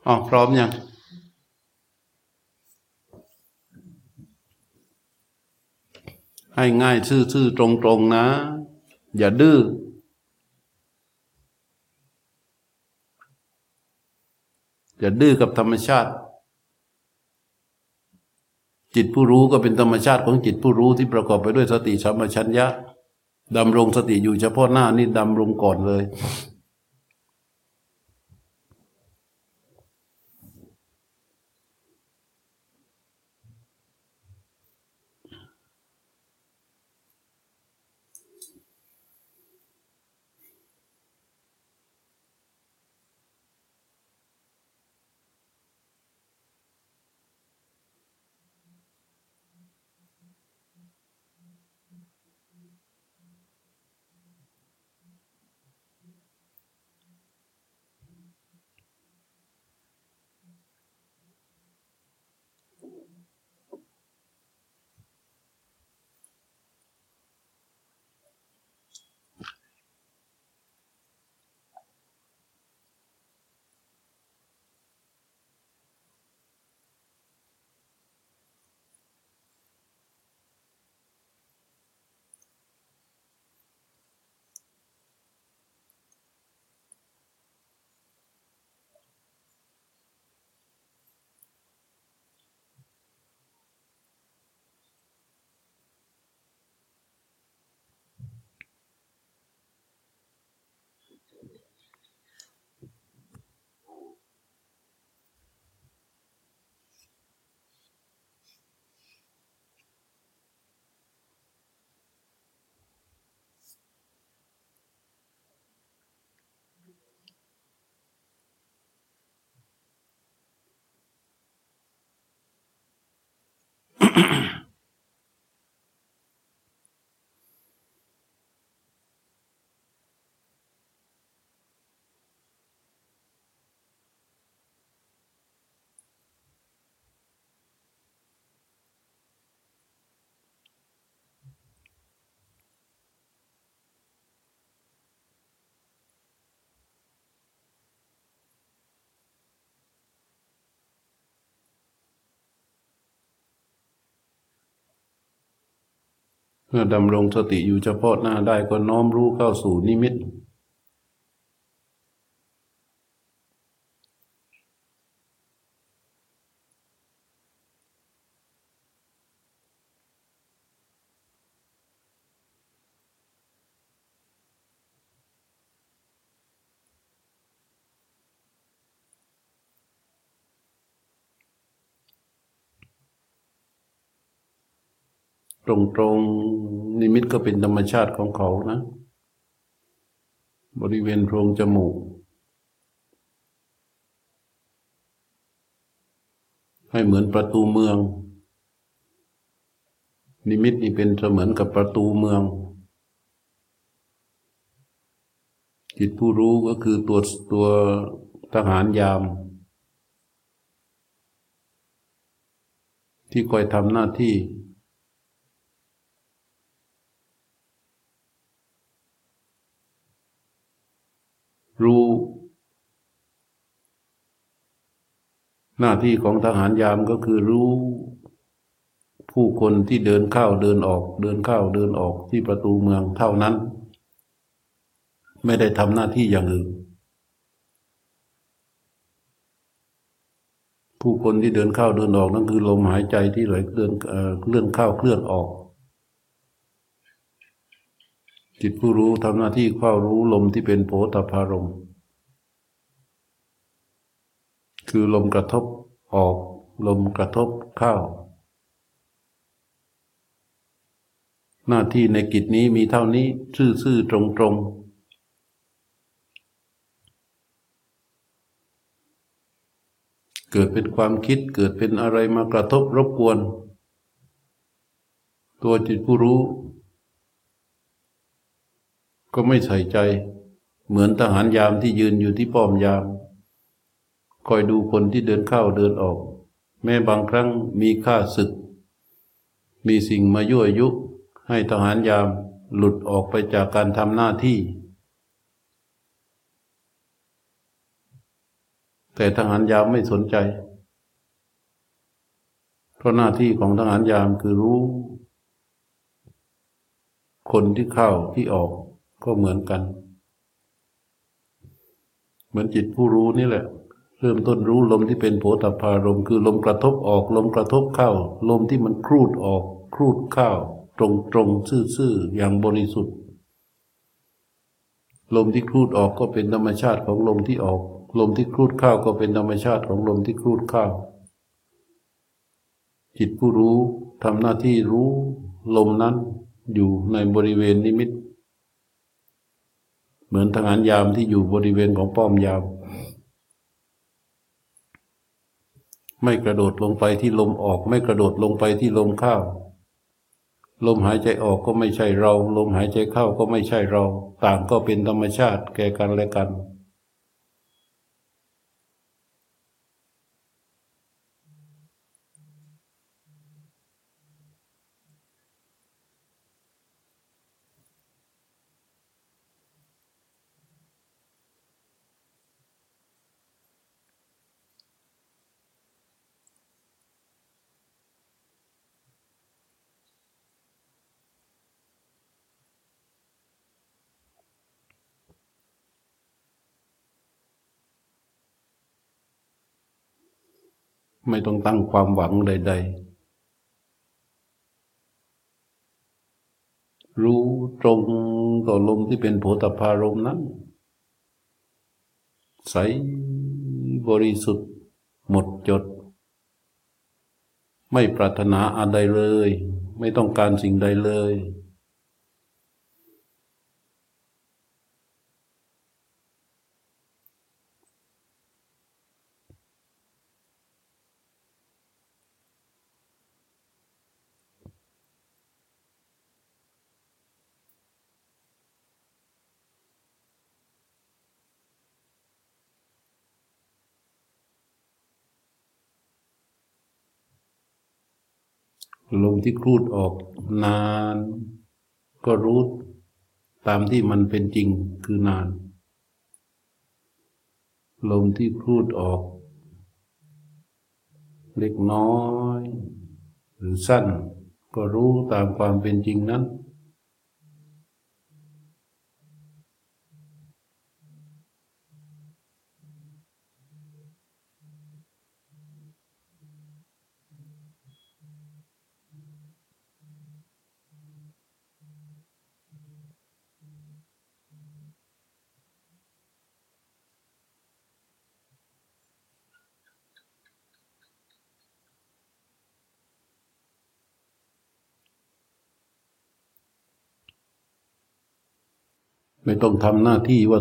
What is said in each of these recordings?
อ๋อพร้อมยังให้ง่ายซื่อๆตรงๆนะอย่าดื้ออย่าดื้อกับธรรมชาติจิตผู้รู้ก็เป็นธรรมชาติของจิตผู้รู้ที่ประกอบไปด้วยสติสัมปชัญญะดำรงสติอยู่เฉพาะหน้านี่ดำรงก่อนเลยเมื่อดำรงสติอยู่เฉพาะหน้าได้ก็น้อมรู้เข้าสู่นิมิตตรงๆนิมิตก็เป็นธรรมชาติของเขานะบริเวณโพรงจมูกให้เหมือนประตูเมืองนิมิตนี่เป็นเสมือนกับประตูเมืองจิตผู้รู้ก็คือตัวทหารยามที่คอยทำหน้าที่รู้หน้าที่ของทหารยามก็คือรู้ผู้คนที่เดินเข้าเดินออกเดินเข้าเดินออกที่ประตูเมืองเท่านั้นไม่ได้ทำหน้าที่อย่างอื่นผู้คนที่เดินเข้าเดินออกนั่นคือลมหายใจที่ไหลเคลื่อนเข้าเคลื่อนออกจิตผู้รู้ทำหน้าที่เฝ้ารู้ลมที่เป็นโผฏฐัพพารมณ์คือลมกระทบออกลมกระทบเข้าหน้าที่ในกิจนี้มีเท่านี้ซื่อๆตรงๆเกิดเป็นความคิดเกิดเป็นอะไรมากระทบรบกวนตัวจิตผู้รู้ก็ไม่ใส่ใจเหมือนทหารยามที่ยืนอยู่ที่ป้อมยามคอยดูคนที่เดินเข้าเดินออกแม้บางครั้งมีข้าศึกมีสิ่งมายั่วยุให้ทหารยามหลุดออกไปจากการทำหน้าที่แต่ทหารยามไม่สนใจเพราะหน้าที่ของทหารยามคือรู้คนที่เข้าที่ออกก็เหมือนกันเหมือนจิตผู้รู้นี่แหละเริ่มต้นรู้ลมที่เป็นโผฏฐัพพารมณ์คือลมกระทบออกลมกระทบเข้าลมที่มันครูดออกครูดเข้าตรงตรงซื่อๆอย่างบริสุทธิ์ลมที่ครูดออกก็เป็นธรรมชาติของลมที่ออกลมที่ครูดเข้าก็เป็นธรรมชาติของลมที่ครูดเข้าจิตผู้รู้ทำหน้าที่รู้ลมนั้นอยู่ในบริเวณนิมิตเหมือนทหารยามที่อยู่บริเวณของป้อมยามไม่กระโดดลงไปที่ลมออกไม่กระโดดลงไปที่ลมเข้าลมหายใจออกก็ไม่ใช่เราลมหายใจเข้าก็ไม่ใช่เราต่างก็เป็นธรรมชาติแก่กันและกันไม่ต้องตั้งความหวังใดๆรู้ตรงต่อลมที่เป็นโผฏฐัพพารมณ์นั้นใสบริสุทธิ์หมดจดไม่ปรารถนาอะไรเลยไม่ต้องการสิ่งใดเลยลมที่ครูดออกนานก็รู้ตามที่มันเป็นจริงคือนานลมที่ครูดออกเล็กน้อยหรือสั้นก็รู้ตามความเป็นจริงนั้นไม่ต้องทำหน้าที่ว่า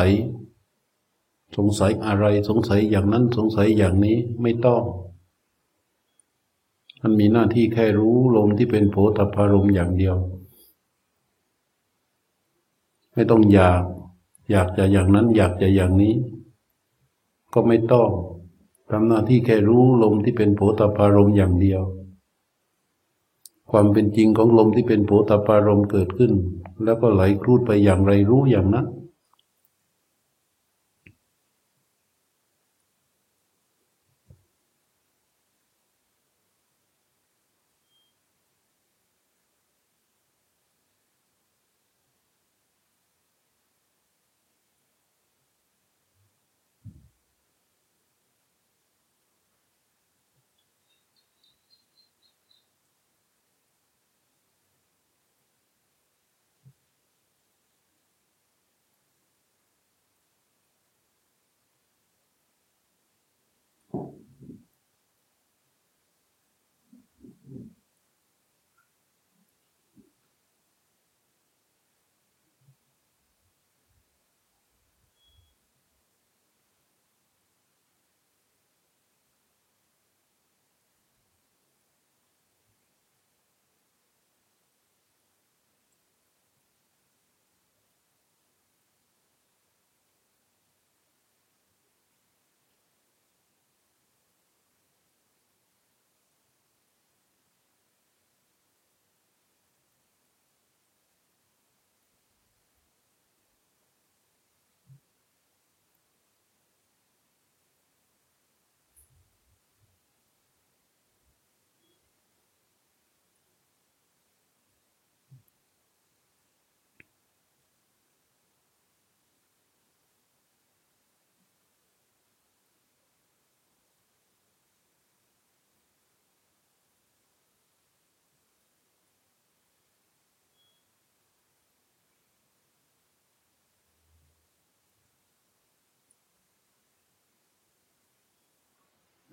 สงสัยอะไรสงสัยอย่างนั้นสงสัยอย่างนี้ไม่ต้องมันมีหน้าที่แค่รู้ลมที่เป็นโผฏฐัพพารมณ์อย่างเดียวไม่ต้องอยากจะอย่างนั้นอยากจะอย่างนี้ก็ไม่ต้องทำหน้าที่แค่รู้ลมที่เป็นโผฏฐัพพารมณ์อย่างเดียวความเป็นจริงของลมที่เป็นโผฏฐัพพารมณ์เกิดขึ้นแล้วก็ไหลคลูดไปอย่างไรรู้อย่างนั้น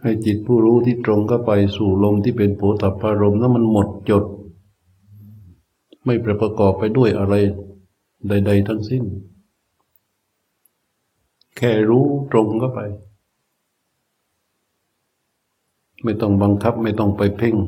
ให้จิตผู้รู้ที่ตรงเข้าไปสู่ลมที่เป็นโผฏฐัพพารมณ์แล้วมันหมดจดไม่ประกอบไปด้วยอะไรใดๆทั้งสิ้นแค่รู้ตรงเข้าไปไม่ต้องบังคับไม่ต้องไปเพ่ง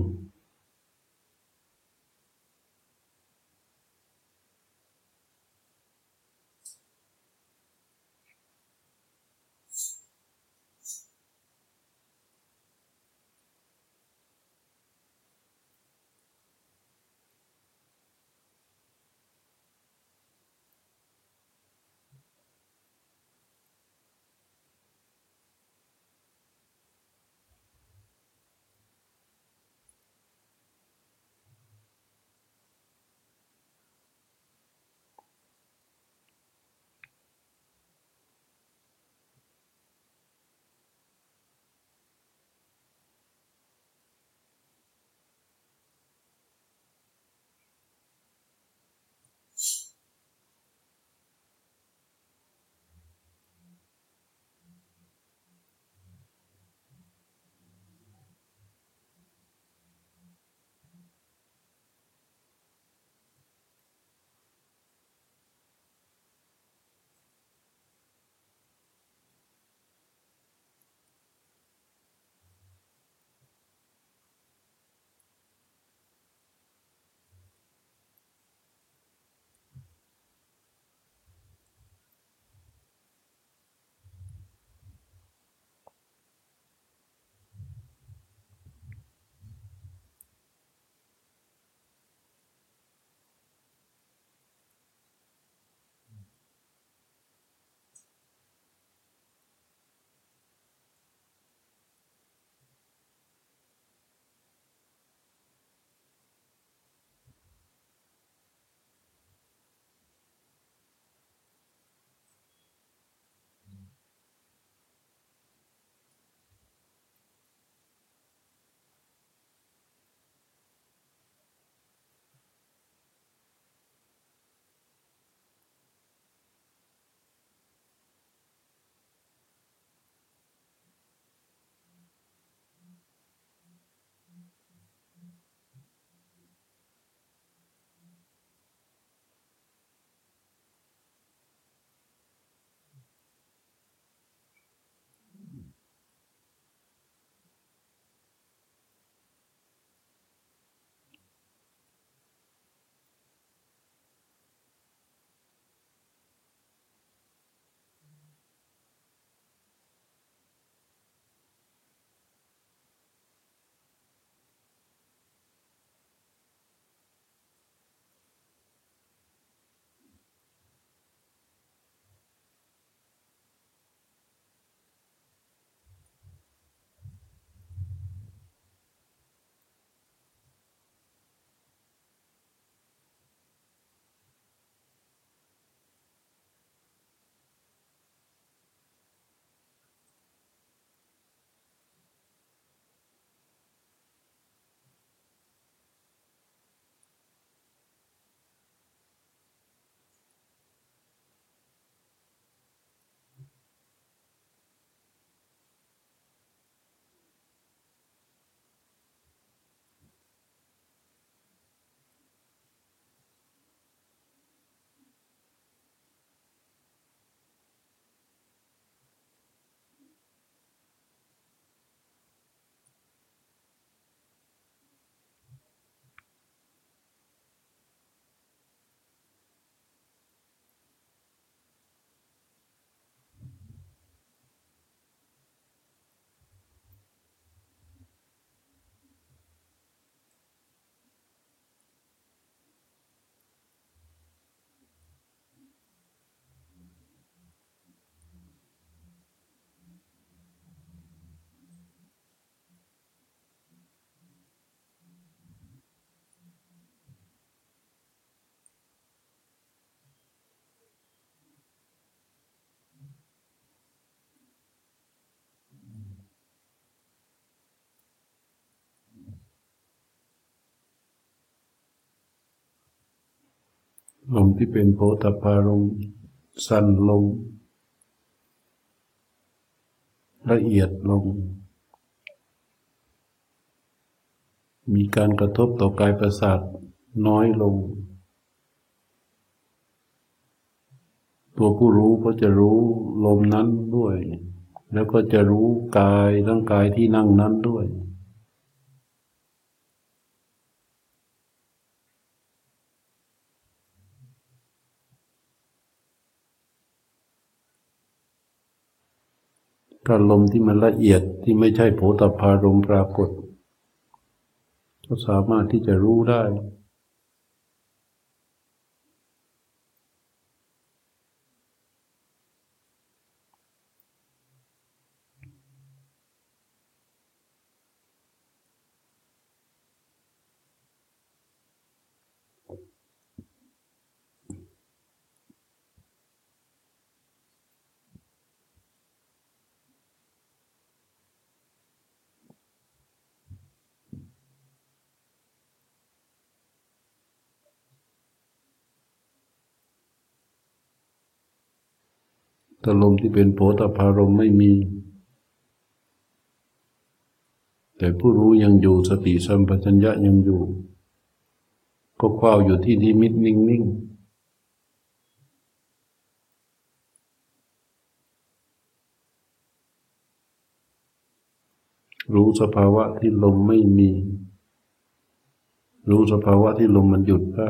ลมที่เป็นโผฏฐัพพารมณ์สั้นลงละเอียดลงมีการกระทบต่อกายประสาทน้อยลงตัวผู้รู้ก็จะรู้ลมนั้นด้วยแล้วก็จะรู้กายทั้งกายที่นั่งนั้นด้วยถ้าลมที่มันละเอียดที่ไม่ใช่โผฏฐัพพารมณ์ปรากฏก็สามารถที่จะรู้ได้ถ้าลมที่เป็นโผฏฐัพพารมณ์ไม่มีแต่ผู้รู้ยังอยู่สติสัมปชัญญะยังอยู่ก็คว้าอยู่ที่นิมิตนิ่งๆรู้สภาวะที่ลมไม่มีรู้สภาวะที่ลมมันหยุดได้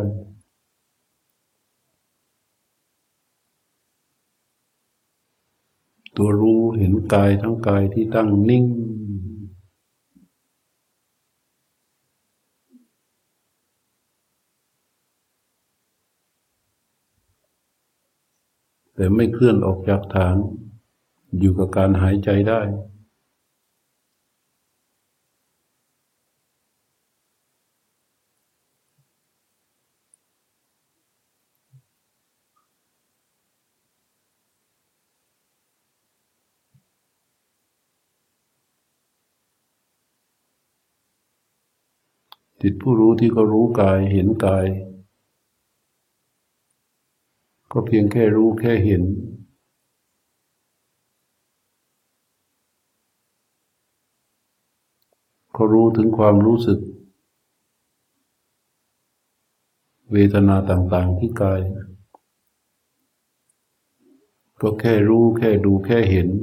ตัวรู้เห็นกายทั้งกายที่ตั้งนิ่งแต่ไม่เคลื่อนออกจากฐานอยู่กับการหายใจได้จิตผู้รู้ที่เขารู้กายเห็นกายก็เพียงแค่รู้แค่เห็นเขารู้ถึงความรู้สึกเวทนาต่างๆที่กายก็แค่รู้แค่ดูแค่เห็น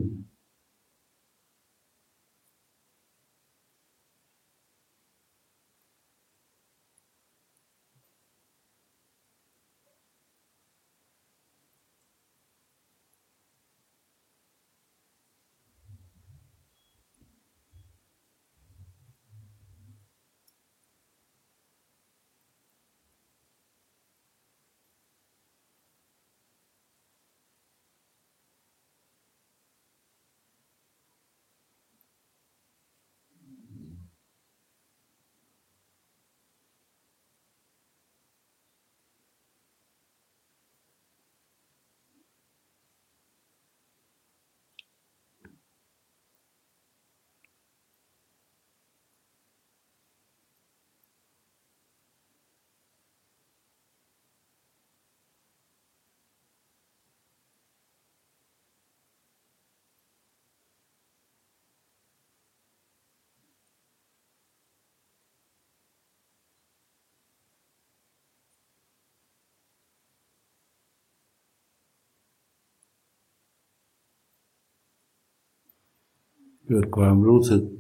เกิดความรู้สึก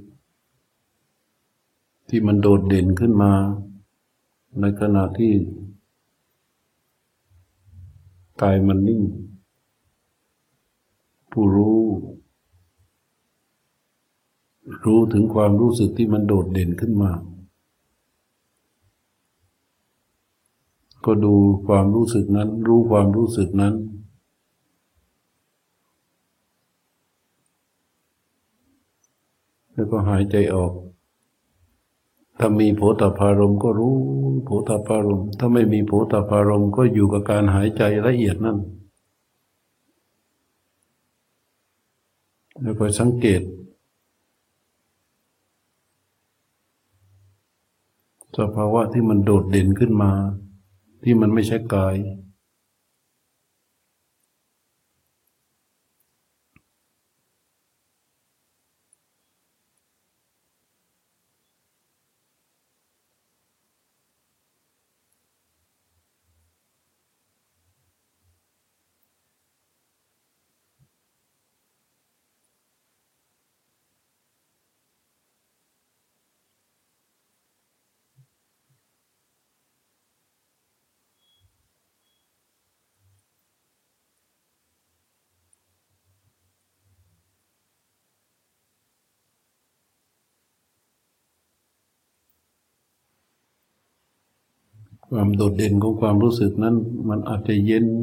ที่มันโดดเด่นขึ้นมาในขณะที่กายมันนิ่งผู้รู้ถึงความรู้สึกที่มันโดดเด่นขึ้นมาก็ดูความรู้สึกนั้นรู้ความรู้สึกนั้นแล้วก็หายใจออกถ้ามีโผฏฐัพพารมณ์ก็รู้โผฏฐัพพารมณ์ถ้าไม่มีโผฏฐัพพารมณ์ก็อยู่กับการหายใจละเอียดนั่นแล้วก็สังเกตสภาวะที่มันโดดเด่นขึ้นมาที่มันไม่ใช่กายความโดดเด่นของความรู้สึกนั้นมันอาจจะเย็น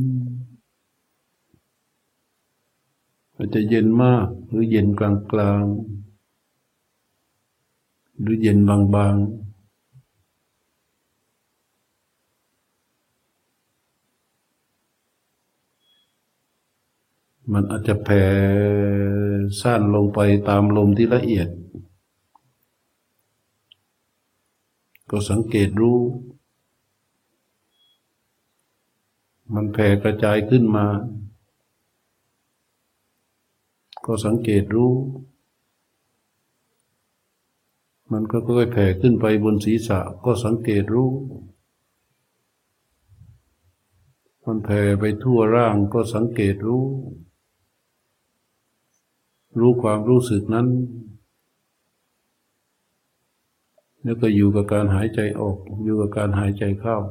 อาจจะเย็นมากหรือเย็นกลางๆหรือเย็นบางๆมันอาจจะแผ่ซ่านลงไปตามลมที่ละเอียดก็สังเกตรู้มันแผ่กระจายขึ้นมาก็สังเกตรู้มันก็ค่อยๆแผ่ขึ้นไปบนศีรษะก็สังเกตรู้มันแผ่ไปทั่วร่างก็สังเกตรู้รู้ความรู้สึกนั้นแล้วก็อยู่กับการหายใจออกอยู่กับการหายใจเข้า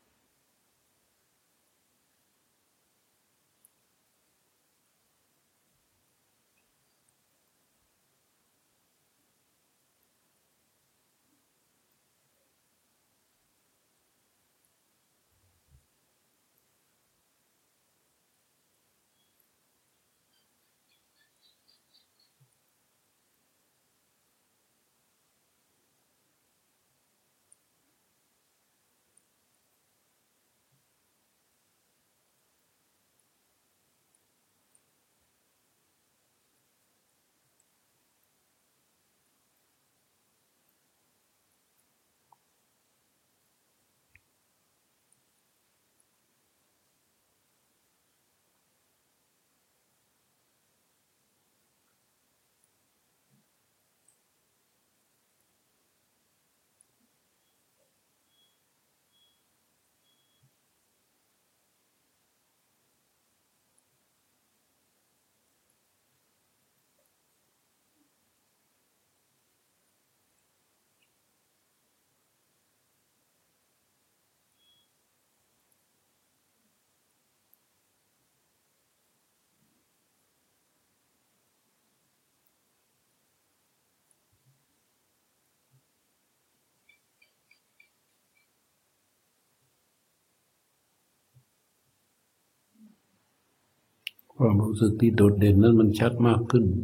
ความรู้สึกที่โดดเด่นนั้นมันชัดมากขึ้น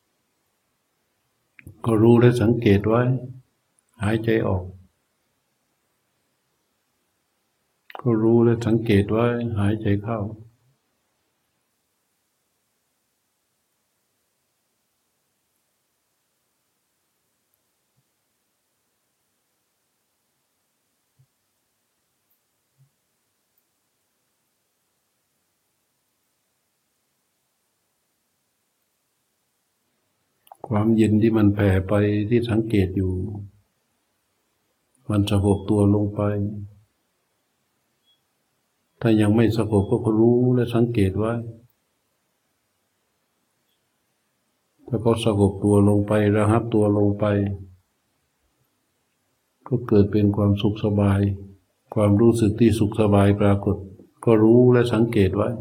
ก็รู้และสังเกตไว้หายใจออกก็รู้และสังเกตไว้หายใจเข้าความเย็นที่มันแผ่ไปที่สังเกตอยู่มันสงบตัวลงไปถ้ายังไม่สงบก็รู้และสังเกตไว้ถ้าก็สงบตัวลงไประหับตัวลงไปก็เกิดเป็นความสุขสบายความรู้สึกที่สุขสบายปรากฏก็รู้และสังเกตไว้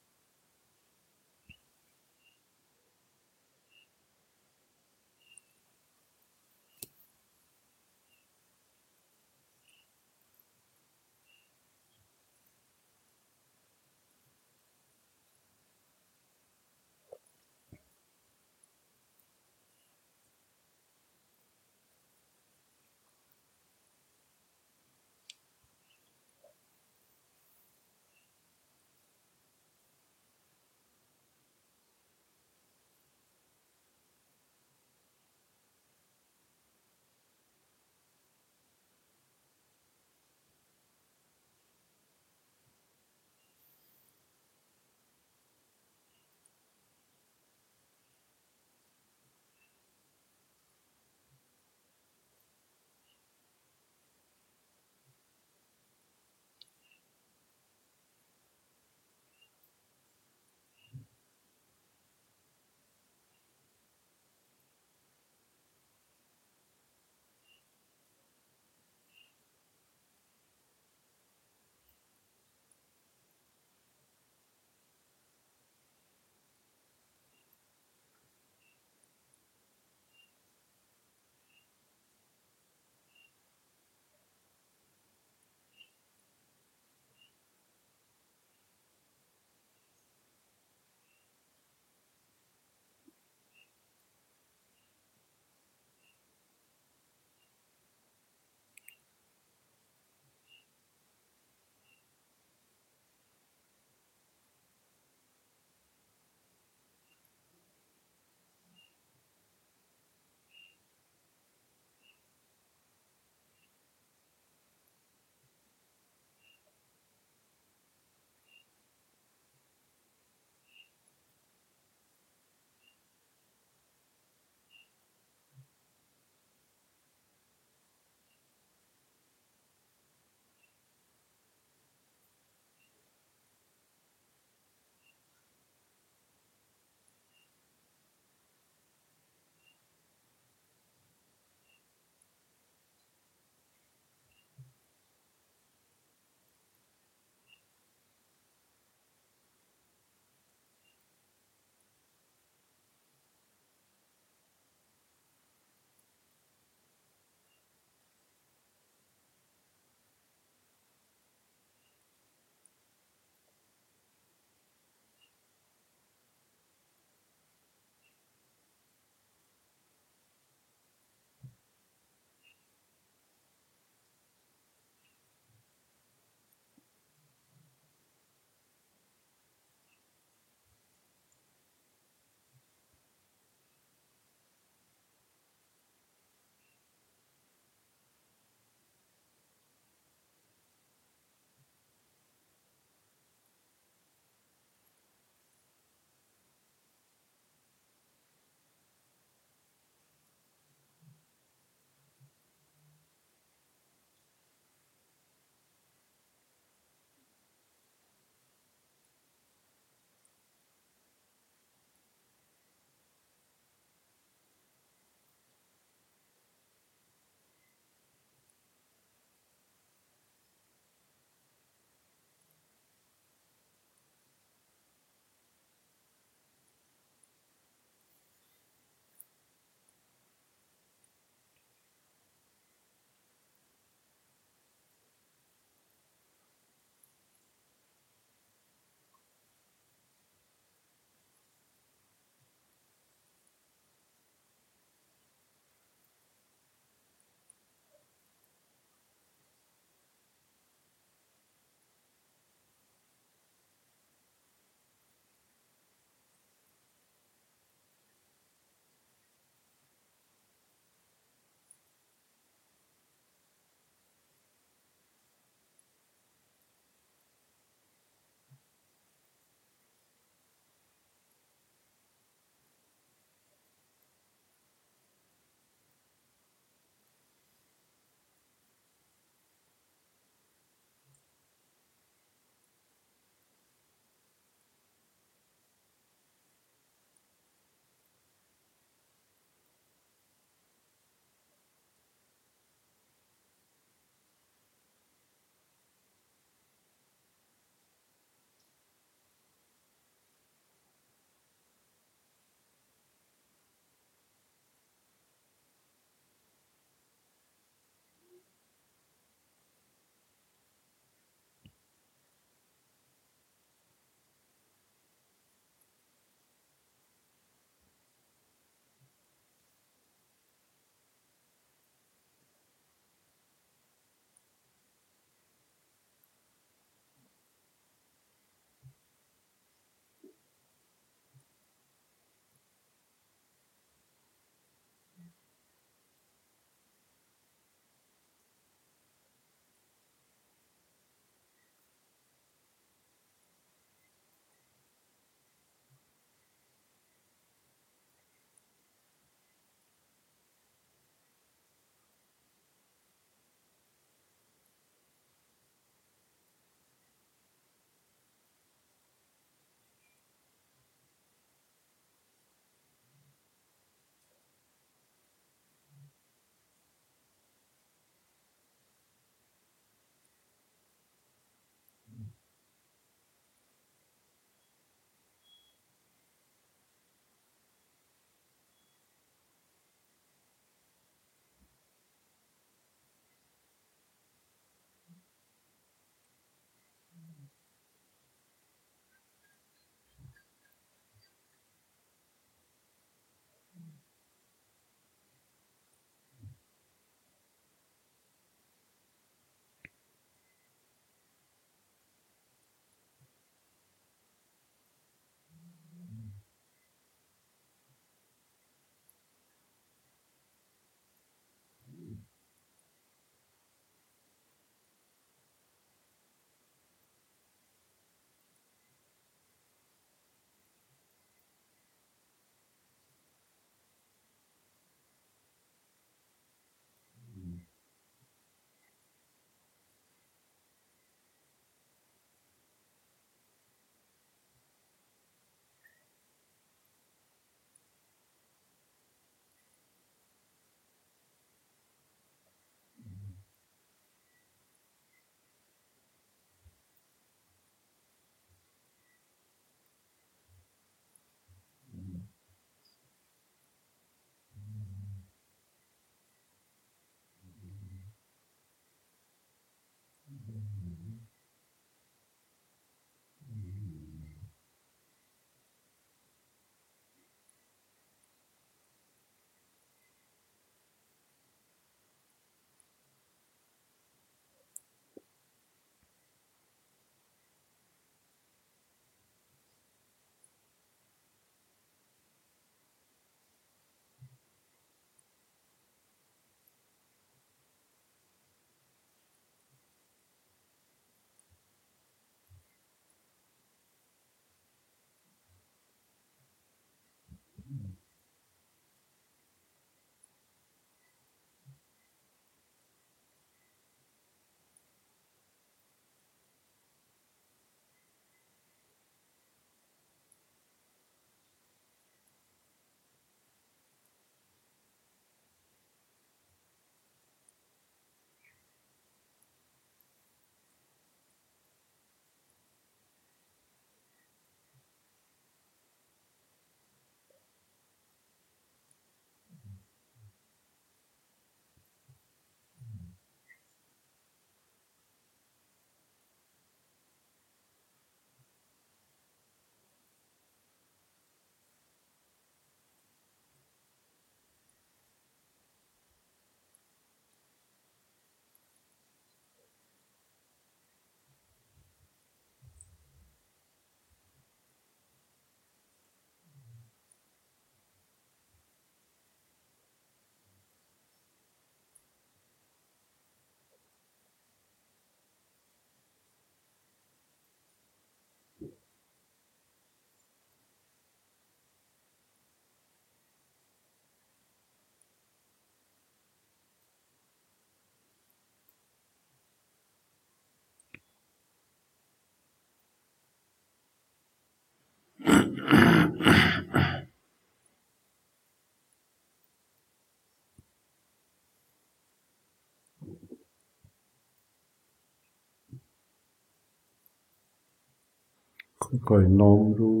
ค่อยๆน้อมรู้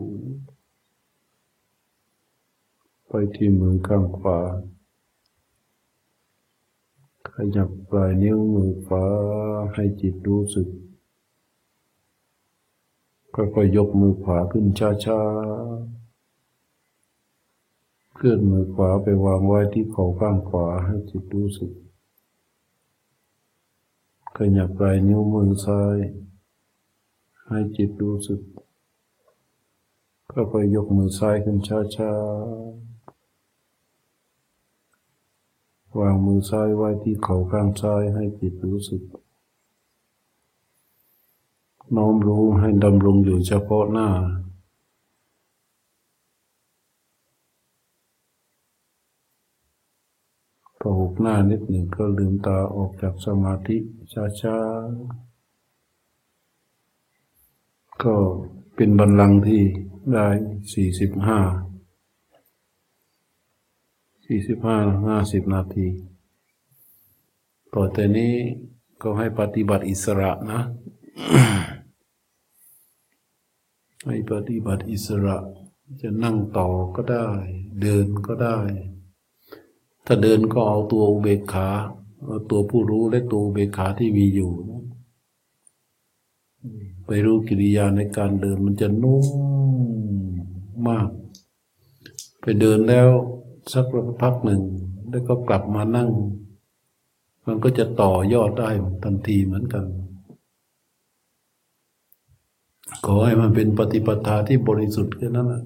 ไปที่มือข้างขวาขยับปลายนิ้วมือขวาให้จิตรู้สึกค่อยๆยกมือขวาขึ้นช้าๆเคลื่อนมือขวาไปวางไว้ที่เข่าข้างขวาให้จิตรู้สึกขยับปลายนิ้วมือซ้ายให้จิตรู้สึกค่อยๆยกมือซ้ายขึ้นช้าๆวางมือซ้ายไว้ที่เข่าข้างซ้ายให้จิตรู้สึกน้อมรู้ให้ดำรงอยู่เฉพาะหน้าพอหุบหน้านิดหนึ่งก็ลืมตาออกจากสมาธิช้าๆก็เป็นบัลลังก์ที่ได้50 นาทีต่อแต่นี้ก็ให้ปฏิบัติอิสระนะ ให้ปฏิบัติอิสระจะนั่งต่อก็ได้เดินก็ได้ถ้าเดินก็เอาตัวอุเบกขาเอาตัวผู้รู้และตัวอุเบกขาที่มีอยู่ไปรู้กิริยาในการเดินมันจะนุ่มมากไปเดินแล้วสักพักหนึ่งแล้วก็กลับมานั่งมันก็จะต่อยอดได้ทันทีเหมือนกันขอให้มันเป็นปฏิปทาที่บริสุทธิ์แค่นั้นแหละ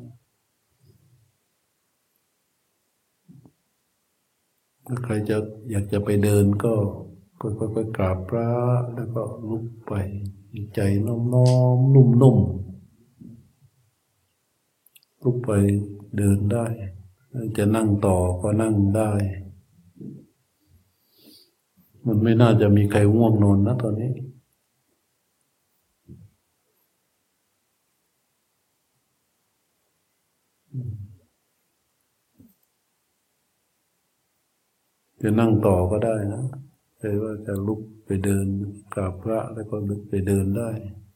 ถ้าใครจะอยากจะไปเดินก็ค่อยๆกราบพระแล้วก็ลุกไปใจน้อมๆนุ่มๆลุกไปเดินได้จะนั่งต่อก็นั่งได้มันไม่น่าจะมีใครง่วงนอนนะตอนนี้จะนั่งต่อก็ได้นะหรือว่าจะลุกไปเดินกราบพระแล้วก็ลุกไปเดินได้